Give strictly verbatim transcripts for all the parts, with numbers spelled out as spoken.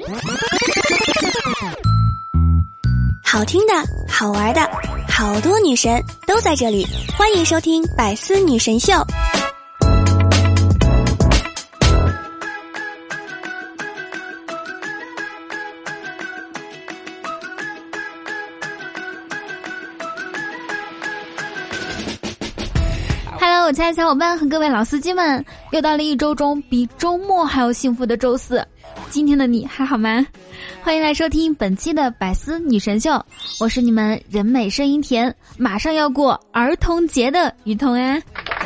好听的，好玩的，好多女神都在这里，欢迎收听百思女神秀。 Hello， 我亲爱的小伙伴和各位老司机们，又到了一周中比周末还要幸福的周四。今天的你还好吗？欢迎来收听本期的百思女神秀，我是你们人美声音甜，马上要过儿童节的雨桐啊。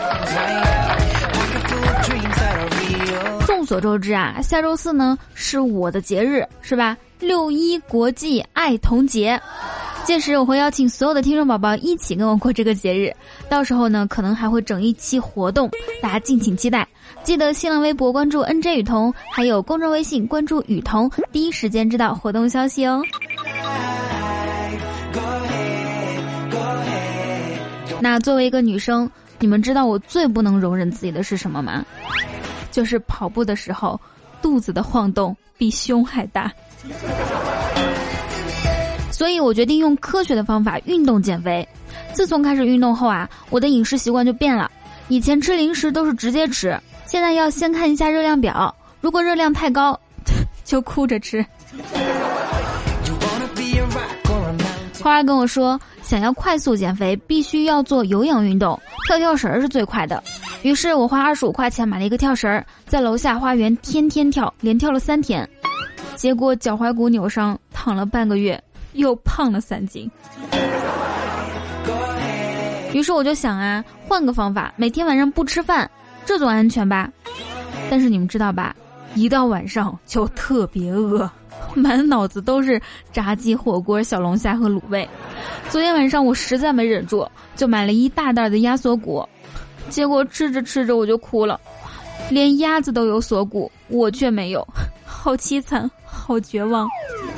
众所周知啊，下周四呢是我的节日，是吧？六一国际爱童节。届时我会邀请所有的听众宝宝一起跟我过这个节日，到时候呢可能还会整一期活动，大家敬请期待。记得新浪微博关注 N J 雨桐，还有公众微信关注雨桐，第一时间知道活动消息哦。那作为一个女生，你们知道我最不能容忍自己的是什么吗？就是跑步的时候肚子的晃动比胸还大。所以我决定用科学的方法运动减肥。自从开始运动后啊，我的饮食习惯就变了。以前吃零食都是直接吃，现在要先看一下热量表，如果热量太高就哭着吃。花儿跟我说，想要快速减肥必须要做有氧运动，跳跳绳是最快的。于是我花二十五块钱买了一个跳绳，在楼下花园天天跳，连跳了三天，结果脚踝骨扭伤，躺了半个月，又胖了三斤。于是我就想啊，换个方法，每天晚上不吃饭，这总安全吧？但是你们知道吧，一到晚上就特别饿，满脑子都是炸鸡、火锅、小龙虾和卤味。昨天晚上我实在没忍住，就买了一大袋的鸭锁骨，结果吃着吃着我就哭了，连鸭子都有锁骨，我却没有，好凄惨，好绝望。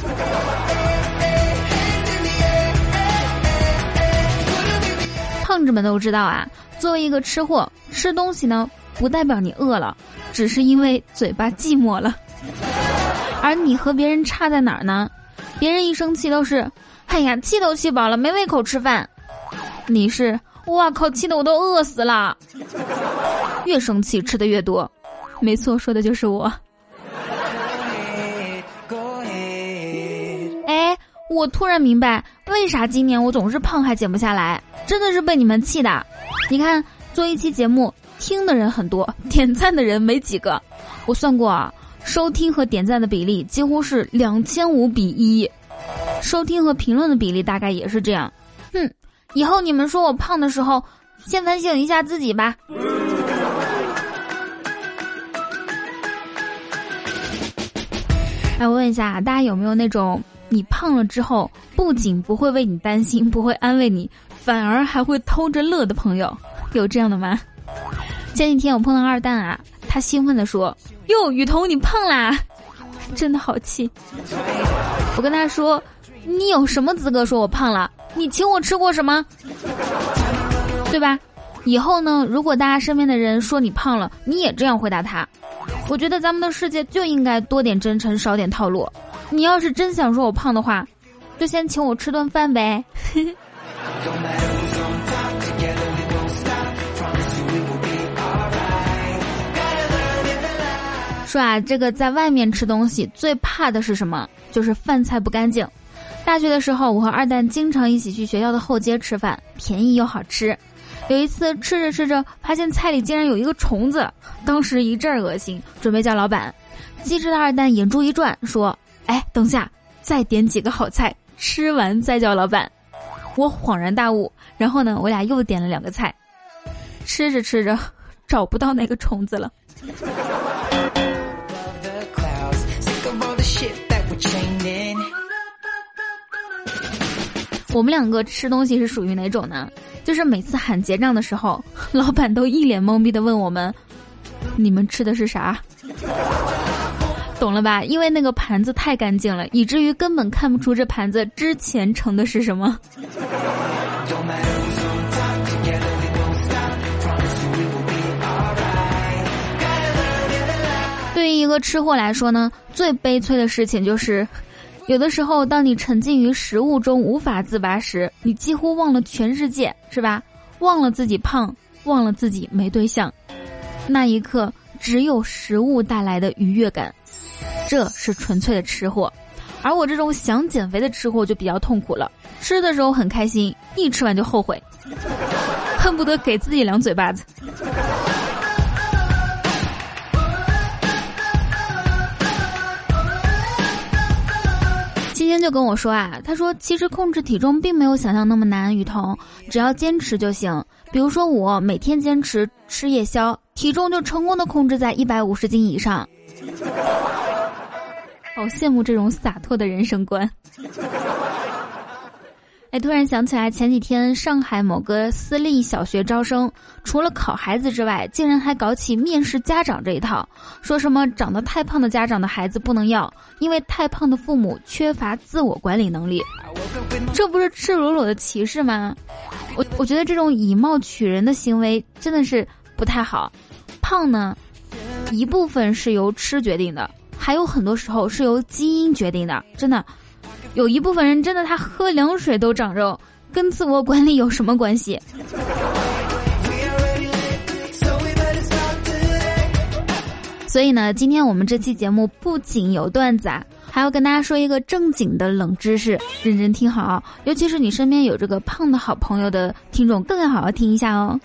胖子们都知道啊，作为一个吃货，吃东西呢不代表你饿了，只是因为嘴巴寂寞了。而你和别人差在哪儿呢？别人一生气都是哎呀气都气饱了没胃口吃饭，你是哇靠气得我都饿死了，越生气吃的越多。没错，说的就是我。哎，我突然明白为啥今年我总是胖还减不下来，真的是被你们气的。你看做一期节目听的人很多，点赞的人没几个，我算过啊，收听和点赞的比例几乎是两千五比一，收听和评论的比例大概也是这样。哼，以后你们说我胖的时候先反省一下自己吧。来问一下大家有没有那种你胖了之后不仅不会为你担心，不会安慰你，反而还会偷着乐的朋友，有这样的吗？前几天我碰到二蛋啊，他兴奋地说，哟雨桐你胖啦，真的好气。我跟他说，你有什么资格说我胖了？你请我吃过什么？对吧？以后呢，如果大家身边的人说你胖了，你也这样回答他。我觉得咱们的世界就应该多点真诚，少点套路。你要是真想说我胖的话，就先请我吃顿饭呗。说啊，这个在外面吃东西最怕的是什么？就是饭菜不干净。大学的时候，我和二蛋经常一起去学校的后街吃饭，便宜又好吃。有一次吃着吃着，发现菜里竟然有一个虫子，当时一阵恶心，准备叫老板。机智的二蛋眼珠一转，说：“哎，等下，再点几个好菜，吃完再叫老板。”我恍然大悟，然后呢，我俩又点了两个菜，吃着吃着，找不到那个虫子了。我们两个吃东西是属于哪种呢？就是每次喊结账的时候，老板都一脸懵逼地问我们，你们吃的是啥？懂了吧？因为那个盘子太干净了，以至于根本看不出这盘子之前盛的是什么。对对于一个吃货来说呢，最悲催的事情就是有的时候当你沉浸于食物中无法自拔时，你几乎忘了全世界，是吧？忘了自己胖，忘了自己没对象，那一刻只有食物带来的愉悦感，这是纯粹的吃货。而我这种想减肥的吃货就比较痛苦了，吃的时候很开心，一吃完就后悔，恨不得给自己两嘴巴子。今天就跟我说啊，他说其实控制体重并没有想象那么难，雨桐，只要坚持就行。比如说我每天坚持吃夜宵，体重就成功的控制在一百五十斤以上。好羡慕这种洒脱的人生观。哎，突然想起来前几天上海某个私立小学招生，除了考孩子之外，竟然还搞起面试家长这一套，说什么长得太胖的家长的孩子不能要，因为太胖的父母缺乏自我管理能力。这不是赤裸裸的歧视吗？我我觉得这种以貌取人的行为真的是不太好。胖呢，一部分是由吃决定的，还有很多时候是由基因决定的，真的。有一部分人真的他喝凉水都长肉，跟自我管理有什么关系？所以呢，今天我们这期节目不仅有段子啊，还要跟大家说一个正经的冷知识，认真听好，尤其是你身边有这个胖的好朋友的听众，更要好好听一下哦。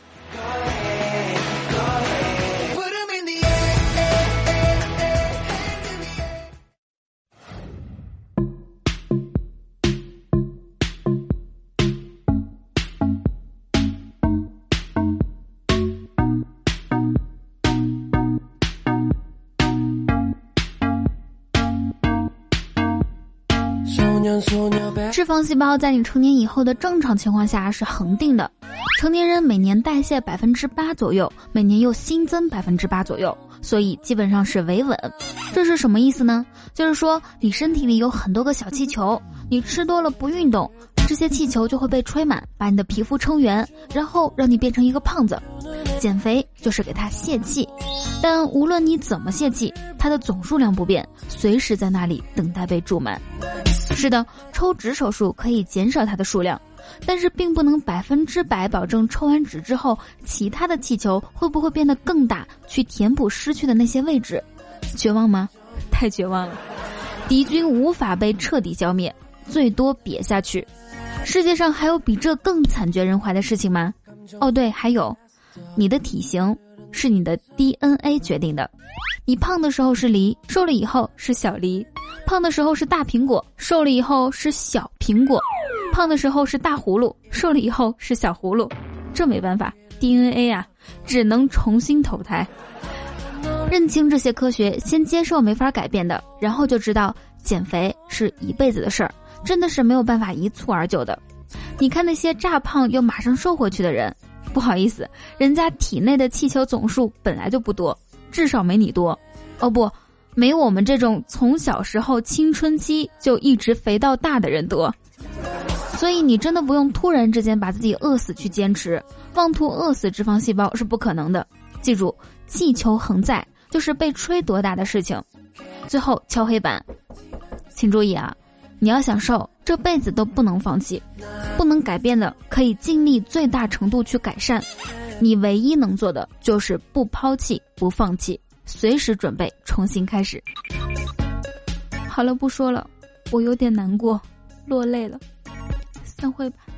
脂肪细胞在你成年以后的正常情况下是恒定的，成年人每年代谢百分之八左右，每年又新增百分之八左右，所以基本上是维稳。这是什么意思呢？就是说你身体里有很多个小气球，你吃多了不运动，这些气球就会被吹满，把你的皮肤撑圆，然后让你变成一个胖子。减肥就是给它泄气，但无论你怎么泄气，它的总数量不变，随时在那里等待被注满。是的，抽脂手术可以减少它的数量，但是并不能百分之百保证抽完脂之后，其他的气球会不会变得更大，去填补失去的那些位置。绝望吗？太绝望了。敌军无法被彻底消灭，最多瘪下去。世界上还有比这更惨绝人寰的事情吗？哦对，还有，你的体型是你的 D N A 决定的。你胖的时候是梨，瘦了以后是小梨；胖的时候是大苹果，瘦了以后是小苹果；胖的时候是大葫芦，瘦了以后是小葫芦。这没办法， D N A 啊，只能重新投胎。认清这些科学，先接受没法改变的，然后就知道减肥是一辈子的事儿，真的是没有办法一蹴而就的。你看那些炸胖又马上瘦回去的人，不好意思，人家体内的气球总数本来就不多，至少没你多。哦不，没我们这种从小时候青春期就一直肥到大的人多。所以你真的不用突然之间把自己饿死去坚持，妄图饿死脂肪细胞是不可能的。记住，气球恒在，就是被吹多大的事情。最后敲黑板，请注意啊，你要想瘦，这辈子都不能放弃，不能改变的可以尽力最大程度去改善，你唯一能做的就是不抛弃不放弃，随时准备重新开始。好了，不说了，我有点难过，落泪了，散会吧。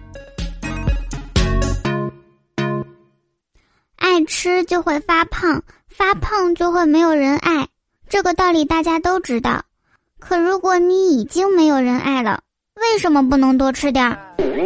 爱吃就会发胖，发胖就会没有人爱，这个道理大家都知道。可如果你已经没有人爱了，为什么不能多吃点儿？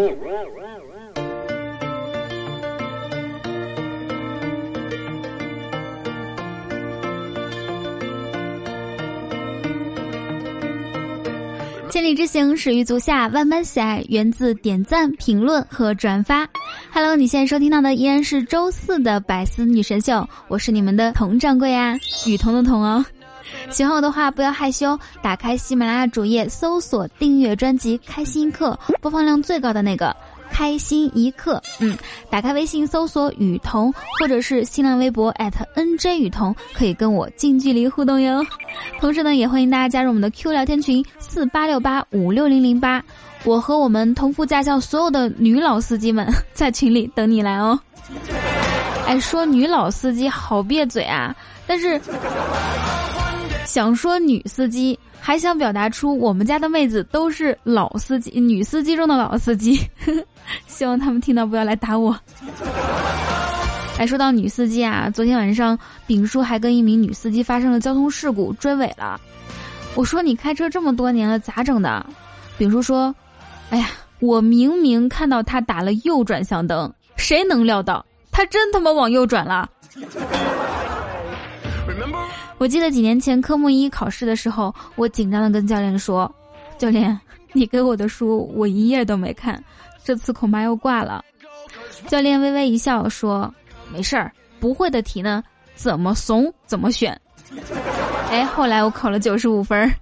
千里之行始于足下，万般喜爱源自点赞、评论和转发。Hello， 你现在收听到的依然是周四的百思女神秀，我是你们的佟掌柜啊，雨桐的桐哦。喜欢我的话不要害羞，打开喜马拉雅主页搜索订阅专辑开心课，播放量最高的那个， 开心一刻。嗯，打开微信搜索雨桐，或者是新浪微博 at N J 雨桐，可以跟我近距离互动哟。同时呢，也欢迎大家加入我们的 Q 聊天群四八六八五六零零八，我和我们同福驾校所有的女老司机们在群里等你来哦。哎，说女老司机好别嘴啊，但是想说女司机，还想表达出我们家的妹子都是老司机，女司机中的老司机，希望他们听到不要来打我。哎，说到女司机啊，昨天晚上丙叔还跟一名女司机发生了交通事故，追尾了。我说你开车这么多年了，咋整的？丙叔说，哎呀，我明明看到他打了右转向灯，谁能料到他真他妈往右转了。我记得几年前科目一考试的时候，我紧张的跟教练说，教练，你给我的书我一页都没看，这次恐怕要挂了。教练微微一笑说，没事儿，不会的题呢怎么怂怎么选。哎，后来我考了九十五分。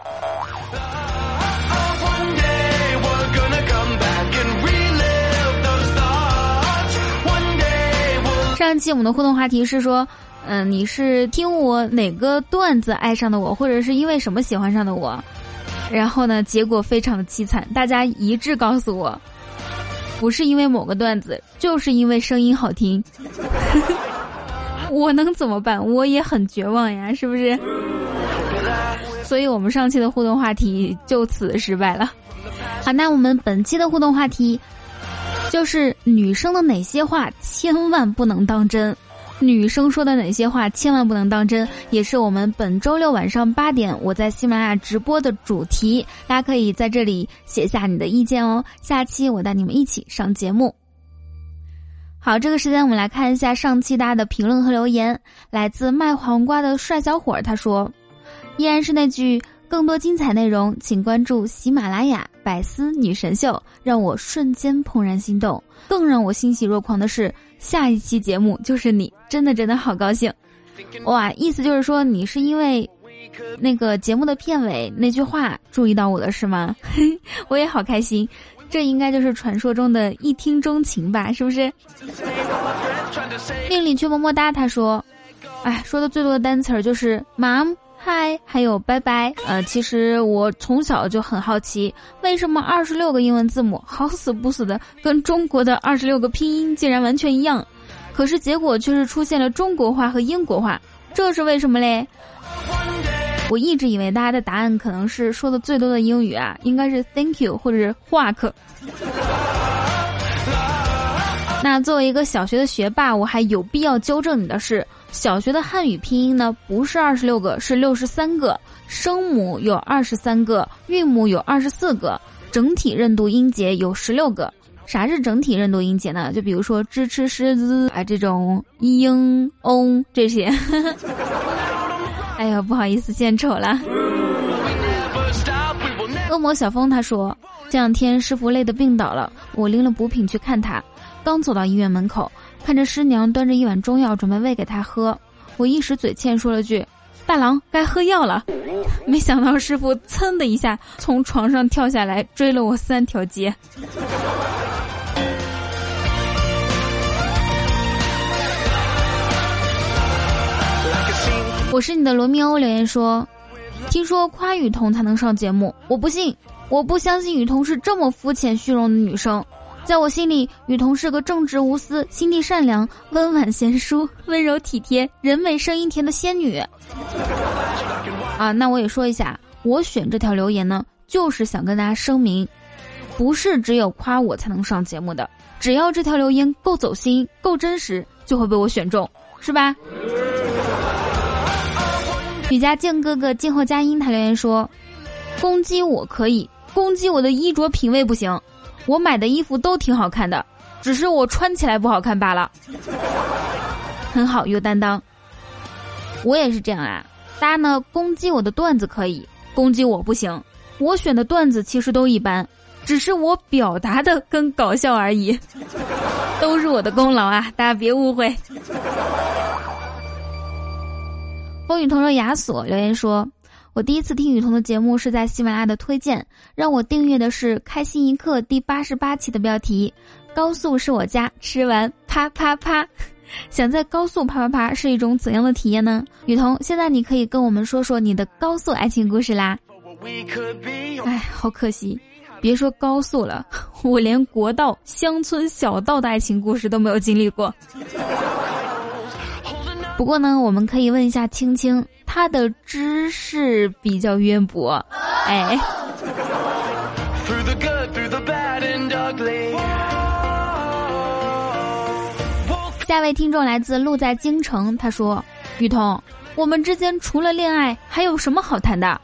上期我们的互动话题是说，嗯、呃，你是听我哪个段子爱上的我，或者是因为什么喜欢上的我？然后呢，结果非常的凄惨，大家一致告诉我，不是因为某个段子，就是因为声音好听。我能怎么办？我也很绝望呀，是不是？所以我们上期的互动话题就此失败了。好，那我们本期的互动话题就是女生的哪些话千万不能当真，女生说的哪些话千万不能当真，也是我们本周六晚上八点我在喜马拉雅直播的主题，大家可以在这里写下你的意见哦，下期我带你们一起上节目。好，这个时间我们来看一下上期大家的评论和留言。来自卖黄瓜的帅小伙他说，依然是那句，更多精彩内容请关注喜马拉雅百思女神秀，让我瞬间怦然心动。更让我欣喜若狂的是，下一期节目就是你，真的真的好高兴。哇，意思就是说你是因为那个节目的片尾那句话注意到我的是吗？我也好开心，这应该就是传说中的一听钟情吧，是不是？命里去么么哒他说，哎，说的最多的单词就是 mom嗨，还有拜拜。呃，其实我从小就很好奇，为什么二十六个英文字母好死不死的跟中国的二十六个拼音竟然完全一样，可是结果却是出现了中国话和英国话，这是为什么嘞？我一直以为大家的答案可能是说的最多的英语啊，应该是 thank you 或者是话课。那作为一个小学的学霸，我还有必要纠正你的是，小学的汉语拼音呢不是二十六个，是六十三个，声母有二十三个，韵母有二十四个，整体认读音节有十六个。啥是整体认读音节呢？就比如说支吃狮子啊这种英翁这些。哎呀，不好意思献丑了。恶魔小峰他说，这两天师傅累得病倒了，我拎了补品去看他，刚走到医院门口，看着师娘端着一碗中药准备喂给他喝，我一时嘴欠说了句，大郎该喝药了。没想到师傅噌的一下从床上跳下来，追了我三条街。我是你的罗密欧留言说，听说夸雨桐才能上节目，我不信，我不相信雨桐是这么肤浅虚荣的女生。在我心里，雨桐是个正直无私、心地善良、温婉贤淑、温柔体贴、人美声音甜的仙女。啊，那我也说一下，我选这条留言呢，就是想跟大家声明，不是只有夸我才能上节目的，只要这条留言够走心、够真实，就会被我选中，是吧？雨家静哥哥静候佳音他留言说，攻击我可以，攻击我的衣着品味不行，我买的衣服都挺好看的，只是我穿起来不好看罢了。很好，有担当。我也是这样啊，大家呢攻击我的段子可以，攻击我不行，我选的段子其实都一般，只是我表达的更搞笑而已，都是我的功劳啊，大家别误会。风雨同舟雅所留言说， 我第一次听雨桐的节目是在喜马拉雅的推荐，让我订阅的是开心一刻第八十八期的标题，高速是我家，吃完啪啪啪。想在高速啪啪啪是一种怎样的体验呢？雨桐，现在你可以跟我们说说你的高速爱情故事啦。哎，好可惜，别说高速了，我连国道、乡村小道的爱情故事都没有经历过。不过呢，我们可以问一下青青，她的知识比较渊博。哎，下位听众来自路在京城，他说：雨桐，我们之间除了恋爱还有什么好谈的？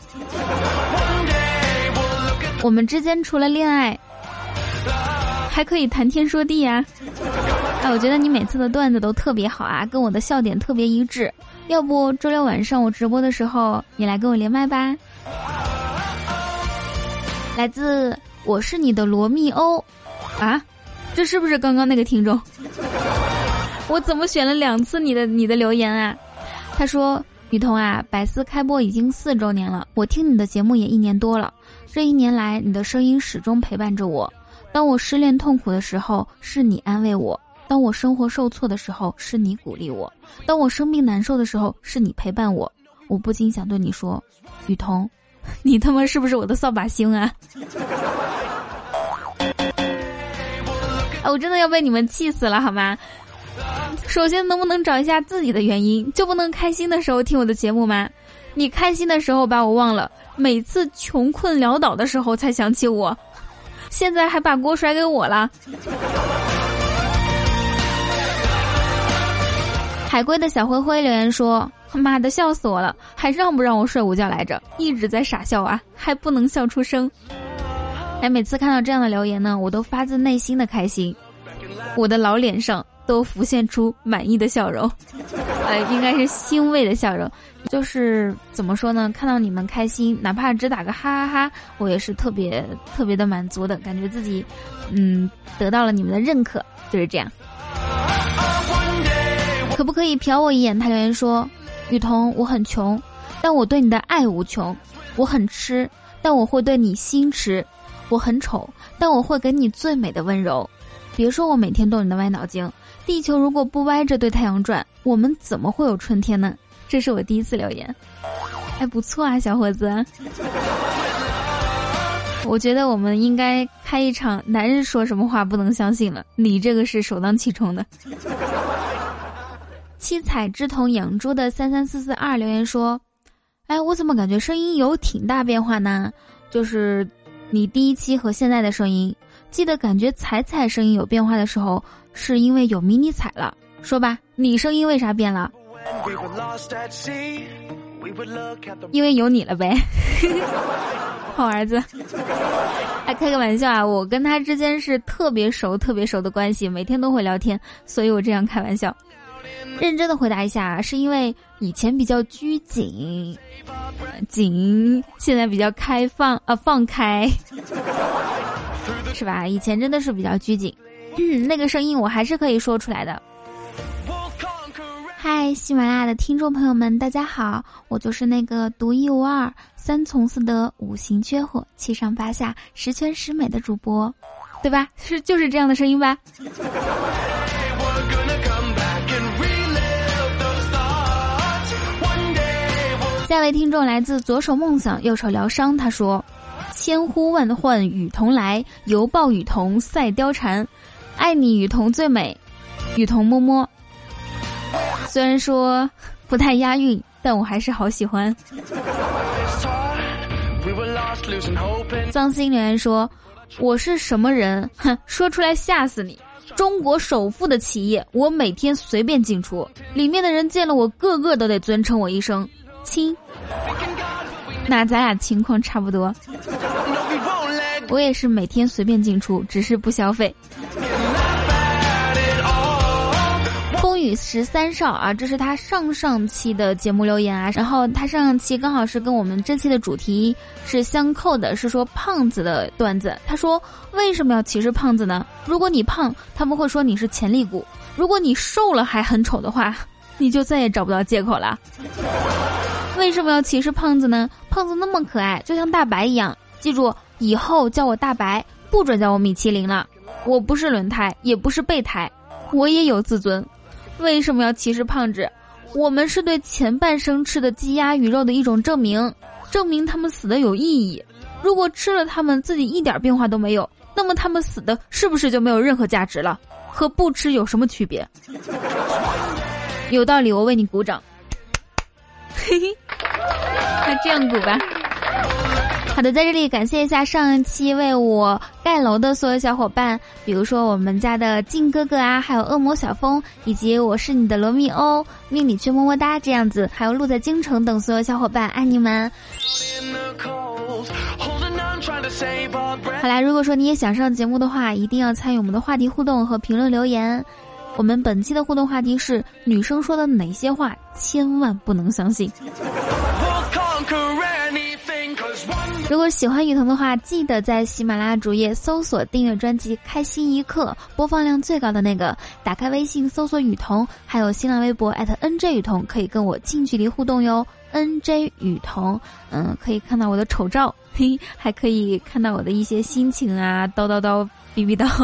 我们之间除了恋爱还可以谈天说地啊。哎，我觉得你每次的段子都特别好啊，跟我的笑点特别一致。要不周六晚上我直播的时候你来跟我连麦吧。来自我是你的罗密欧啊，这是不是刚刚那个听众？我怎么选了两次你的你的留言啊？他说：雨桐啊，百思开播已经四周年了，我听你的节目也一年多了，这一年来你的声音始终陪伴着我。当我失恋痛苦的时候，是你安慰我；当我生活受挫的时候，是你鼓励我；当我生病难受的时候，是你陪伴我。我不禁想对你说，雨桐，你他妈是不是我的扫把星啊？啊，我真的要被你们气死了好吗？首先能不能找一下自己的原因，就不能开心的时候听我的节目吗？你开心的时候把我忘了，每次穷困潦倒的时候才想起我，现在还把锅甩给我了。海龟的小灰灰留言说，妈的笑死我了，还让不让我睡午觉来着，一直在傻笑啊，还不能笑出声。哎，每次看到这样的留言呢，我都发自内心的开心，我的老脸上都浮现出满意的笑容，呃，应该是欣慰的笑容。就是怎么说呢，看到你们开心，哪怕只打个哈哈哈，我也是特别特别的满足的，感觉自己嗯得到了你们的认可，就是这样。可不可以瞟我一眼？他留言说，雨桐，我很穷，但我对你的爱无穷；我很吃，但我会对你心驰；我很丑，但我会给你最美的温柔。别说我每天动你的歪脑筋，地球如果不歪着对太阳转，我们怎么会有春天呢？这是我第一次留言。哎，不错啊，小伙子。我觉得我们应该开一场男人说什么话不能相信了，你这个是首当其冲的。七彩之瞳养猪的三三四四二留言说，哎，我怎么感觉声音有挺大变化呢？就是你第一期和现在的声音，记得感觉彩彩声音有变化的时候，是因为有迷你彩了。说吧，你声音为啥变了？因为有你了呗。好儿子。还开个玩笑啊，我跟他之间是特别熟特别熟的关系，每天都会聊天，所以我这样开玩笑。认真的回答一下，是因为以前比较拘谨紧，现在比较开放啊放开，是吧？以前真的是比较拘谨，嗯，那个声音我还是可以说出来的。嗨，喜马拉雅的听众朋友们，大家好，我就是那个独一无二、三从四德、五行缺火、七上八下、十全十美的主播，对吧？是就是这样的声音吧？下位听众来自左手梦想右手疗伤，他说，千呼万唤雨桐来，犹抱雨桐赛貂蝉，爱你雨桐最美，雨桐么么。虽然说不太押韵，但我还是好喜欢。脏心留言说，我是什么人？哼，说出来吓死你！中国首富的企业，我每天随便进出，里面的人见了我个个都得尊称我一声亲。那咱俩情况差不多，我也是每天随便进出，只是不消费。风雨十三少啊，这是他上上期的节目留言啊，然后他上上期刚好是跟我们这期的主题是相扣的，是说胖子的段子。他说，为什么要歧视胖子呢？如果你胖，他们会说你是潜力股；如果你瘦了还很丑的话，你就再也找不到借口了。 为什么要歧视胖子呢？胖子那么可爱，就像大白一样。记住，以后叫我大白，不准叫我米其林了。我不是轮胎，也不是备胎，我也有自尊。为什么要歧视胖子？我们是对前半生吃的鸡鸭鱼肉的一种证明，证明他们死的有意义。如果吃了他们自己一点变化都没有，那么他们死的是不是就没有任何价值了？和不吃有什么区别？有道理，我为你鼓掌。嘿嘿，那这样鼓吧。好的，在这里感谢一下上一期为我盖楼的所有小伙伴，比如说我们家的静哥哥啊，还有恶魔小风，以及我是你的罗密欧、命里去么么哒这样子，还有路在京城等所有小伙伴，爱你们。好啦，如果说你也想上节目的话，一定要参与我们的话题互动和评论留言。我们本期的互动话题是女生说的哪些话千万不能相信。如果喜欢雨桐的话，记得在喜马拉雅主页搜索订阅专辑开心一刻，播放量最高的那个，打开微信搜索雨桐，还有新浪微博 at N J 雨桐，可以跟我近距离互动哟。 N J 雨桐，嗯，可以看到我的丑照，嘿，还可以看到我的一些心情啊，叨叨叨哔哔叨。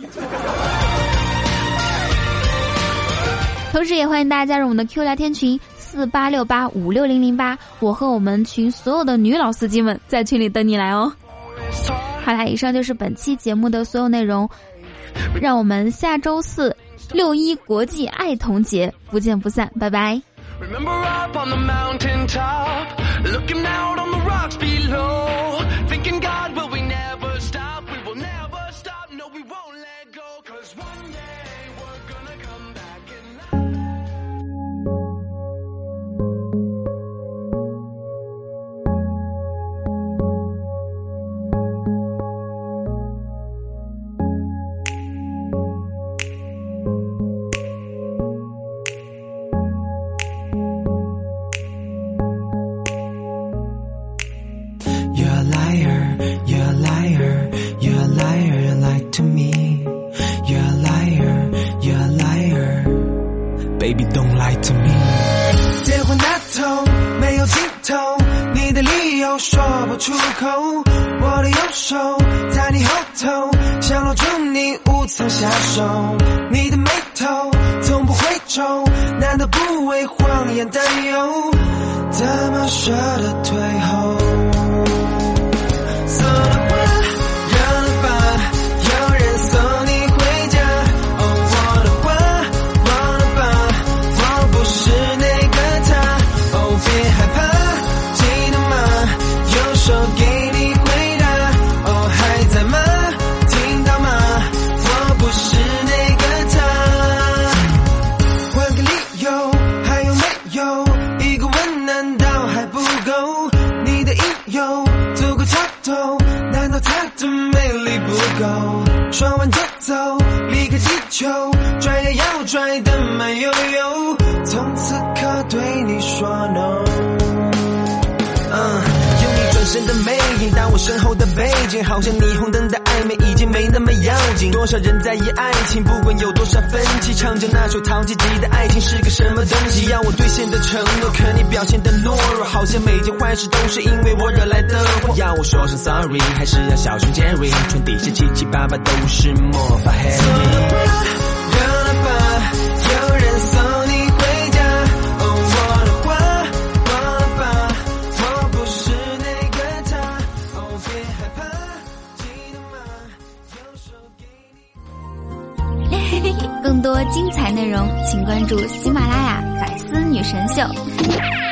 同时也欢迎大家加入我们的 Q 聊天群四八六八五六零零八，我和我们群所有的女老司机们在群里等你来哦。好啦，以上就是本期节目的所有内容，让我们下周四六一国际爱童节不见不散，拜拜。Remember up on the mountain top, looking out on the rocks below, thinking God, will we never stop, we will never stop, no we won't let go, cause one day we're gonna come back and Baby don't lie to me 电话那头没有尽头，你的理由说不出口，我的右手在你后头，想搂住你无从下手，你的眉头从不会皱，难道不为谎言担忧，怎么舍得退后，说的话让了吧，有人送你回家，哦我的话忘了吧，我不是那个他，哦别害怕，记得吗，右手给你回答，哦还在吗，听到吗，我不是那个他，换个理由还有没有，一个吻难道还不够，你的引诱足够挑逗，难道他的魅力不够，说完就走，离开地球，拽呀要拽的慢悠悠，从此刻对你说 no， 嗯，有你转身的背影，当我身后的背景，好像霓虹灯的暧昧已经没那么要紧，多少人在意爱情，不管有多少分歧，唱着那首陶吉吉的爱情是个什么东西，要我兑现的承诺，可你表现的懦弱，好像每件坏事都是因为我惹来的祸，要我说声 sorry， 还是要小心 Jerry， 船底下七七八八都是魔法 Harry， 热了吧，有人送你回家，哦我的话忘了吧，我不是那个他，哦别害怕，记得吗，右手给你更多精彩内容请关注喜马拉雅百思女神秀。